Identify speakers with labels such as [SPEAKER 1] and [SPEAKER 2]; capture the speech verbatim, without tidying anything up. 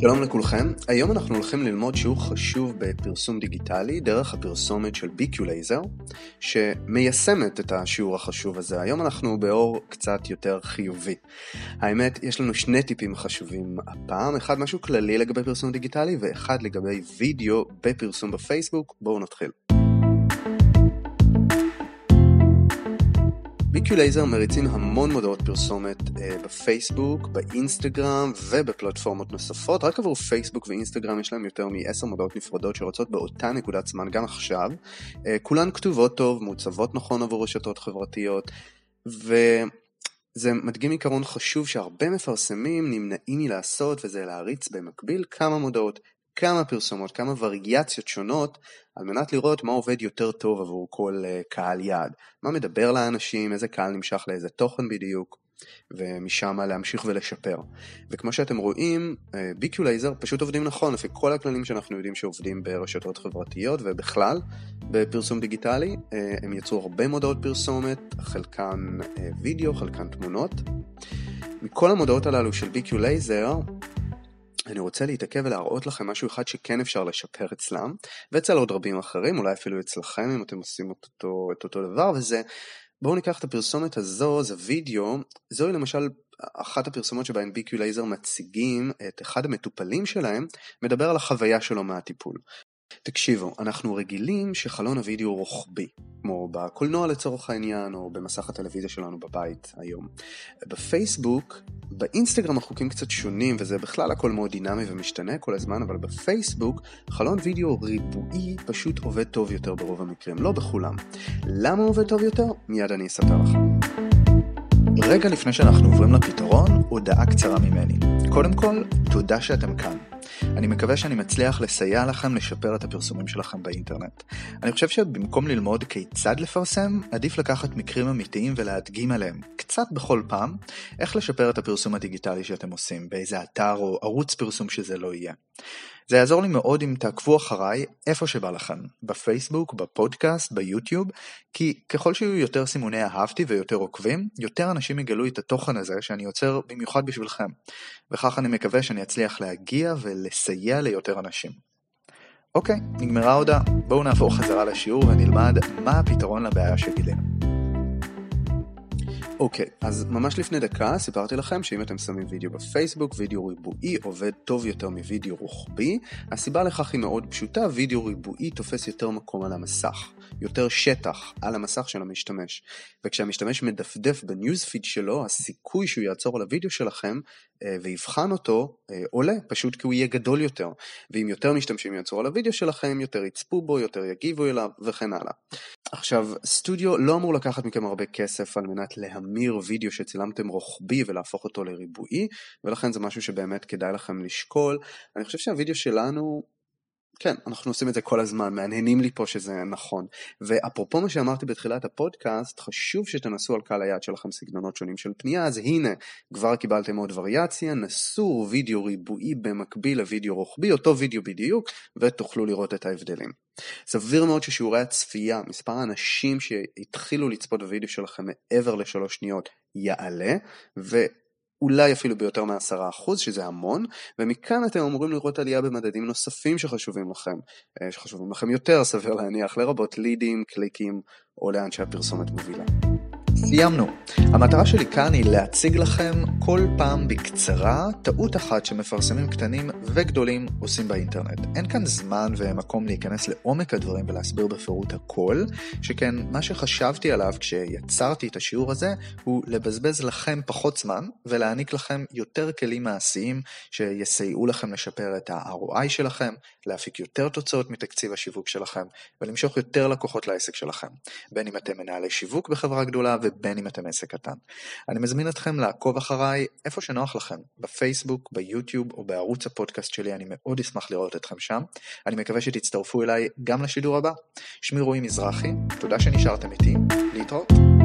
[SPEAKER 1] שלום לכולכם, היום אנחנו הולכים ללמוד שיעור חשוב בפרסום דיגיטלי דרך הפרסומת של בי קיו לייזר שמיישמת את השיעור החשוב הזה. היום אנחנו באור קצת יותר חיובי. האמת, יש לנו שני טיפים חשובים הפעם, אחד משהו כללי לגבי פרסום דיגיטלי ואחד לגבי וידאו בפרסום בפייסבוק. בואו נתחיל. בי קיו לייזר מריצים המון מודעות פרסומת אה, בפייסבוק, באינסטגרם ובפלטפורמות נוספות. רק עבור פייסבוק ואינסטגרם יש להם יותר מ-עשר מודעות נפרדות שרוצות באותה נקודת זמן גם עכשיו. אה, כולן כתובות טוב, מוצבות נכון עבור רשתות חברתיות, וזה מדגים עיקרון חשוב שהרבה מפרסמים נמנעים מלעשות, וזה להריץ במקביל כמה מודעות, כמה פרסומות, כמה וריאציות שונות, על מנת לראות מה עובד יותר טוב עבור כל uh, קהל יעד. מה מדבר לאנשים, איזה קהל נמשך לאיזה תוכן בדיוק, ומשם להמשיך ולשפר. וכמו שאתם רואים, בי קיו לייזר פשוט עובדים נכון, לפי כל הכללים שאנחנו יודעים שעובדים ברשתות חברתיות, ובכלל בפרסום דיגיטלי, הם יצרו הרבה מודעות פרסומת, חלקן וידאו, חלקן תמונות. מכל המודעות הללו של בי קיו לייזר, אני רוצה להתעכב ולהראות לכם משהו אחד שכן אפשר לשפר אצלם, ואצל עוד רבים אחרים, אולי אפילו אצלכם אם אתם עושים את אותו, את אותו דבר, וזה, בואו ניקח את הפרסומת הזו, זה וידאו, זוהי למשל אחת הפרסומות שבהן בי קיו לייזר מציגים את אחד המטופלים שלהם, מדבר על החוויה שלו מהטיפול. תקשיבו, אנחנו רגילים שחלון הוידאו הוא רוחבי, כמו בקולנוע לצורך העניין, או במסך הטלוויזיה שלנו בבית היום. בפייסבוק, באינסטגרם החוקים קצת שונים, וזה בכלל הכל מאוד דינמי ומשתנה כל הזמן, אבל בפייסבוק, חלון וידאו ריבועי פשוט עובד טוב יותר ברוב המקרים, לא בכולם. למה הוא עובד טוב יותר? מיד אני אספר לכם.
[SPEAKER 2] רגע לפני שאנחנו עוברים לפתרון, הודעה קצרה ממני. קודם כל, תודה שאתם כאן. אני מקווה שאני מצליח לסייע לכם לשפר את הפרסומים שלכם באינטרנט. אני חושב שבמקום ללמוד כיצד לפרסם, עדיף לקחת מקרים אמיתיים ולהדגים עליהם, קצת בכל פעם, איך לשפר את הפרסום הדיגיטלי שאתם עושים, באיזה אתר או ערוץ פרסום שזה לא יהיה. זה יעזור לי מאוד אם תעקבו אחריי איפה שבא לכם, בפייסבוק, בפודקאסט, ביוטיוב, כי ככל שיהיו יותר סימוני אהבתי ויותר עוקבים, יותר אנשים יגלו את התוכן הזה שאני יוצר במיוחד בשבילכם. וכך אני מקווה שאני אצליח להגיע ולסייע ליותר אנשים. אוקיי, נגמרה ההודעה. בואו נעבור חזרה לשיעור ונלמד מה הפתרון לבעיה שגילינו.
[SPEAKER 1] אוקיי, okay, אז ממש לפני דקה סיפרתי לכם שאם אתם שמים וידאו בפייסבוק, וידאו ריבועי עובד טוב יותר מוידאו רוחבי. הסיבה לכך היא מאוד פשוטה, וידאו ריבועי תופס יותר מקום על המסך, יותר שטח על המסך של המשתמש. וכשהמשתמש מדפדף בניוזפיד שלו, הסיכוי שהוא יעצור על הוידאו שלכם ויבחן אותו עולה, פשוט כי הוא יהיה גדול יותר. ואם יותר משתמשים יעצור על הוידאו שלכם, יותר יצפו בו, יותר יגיבו אליו וכן הלאה. עכשיו, סטודיו לא אמור לקחת מכם הרבה כסף על מנת להמיר וידאו שצילמתם רוחבי ולהפוך אותו לריבועי, ולכן זה משהו שבאמת כדאי לכם לשקול. אני חושב שהוידאו שלנו, כן, אנחנו עושים את זה כל הזמן, מעניינים לי פה שזה נכון. ואפרופו מה שאמרתי בתחילת הפודקאסט, חשוב שתנסו על קהל היעד שלכם סגנונות שונים של פנייה, אז הנה, כבר קיבלתם עוד וריאציה, נסו וידאו ריבועי במקביל לוידאו רוחבי, אותו וידאו בדיוק, ותוכלו לראות את ההבדלים. סביר מאוד ששיעורי הצפייה, מספר האנשים שהתחילו לצפות בוידאו שלכם מעבר לשלוש שניות, יעלה, ו... אולי אפילו ביותר מעשרה אחוז, שזה המון, ומכאן אתם אמורים לראות עלייה במדדים נוספים שחשובים לכם, שחשובים לכם יותר, סביר להניח, לרבות לידים, קליקים, או לאן שהפרסומת מובילה.
[SPEAKER 2] סיימנו. המטרה שלי כאן היא להציג לכם כל פעם בקצרה טעות אחת שמפרסמים קטנים וגדולים עושים באינטרנט. אין כאן זמן ומקום להיכנס לעומק הדברים ולהסביר בפירוט הכל, שכן מה שחשבתי עליו כשיצרתי את השיעור הזה הוא לבזבז לכם פחות זמן ולהעניק לכם יותר כלים מעשיים שיסייעו לכם לשפר את ה-אר או איי שלכם, להפיק יותר תוצאות מתקציב השיווק שלכם ולמשוך יותר לקוחות לעסק שלכם, בין אם אתם מנהלי שיווק בחברה גדולה ובין אם אתם עסק קטן. אני מזמין אתכם לעקוב אחריי איפה שנוח לכם, בפייסבוק, ביוטיוב או בערוץ הפודקאסט שלי, אני מאוד אשמח לראות אתכם שם. אני מקווה שתצטרפו אליי גם לשידור הבא. שמי רועי מזרחי, תודה שנשארתם איתי, להתראות.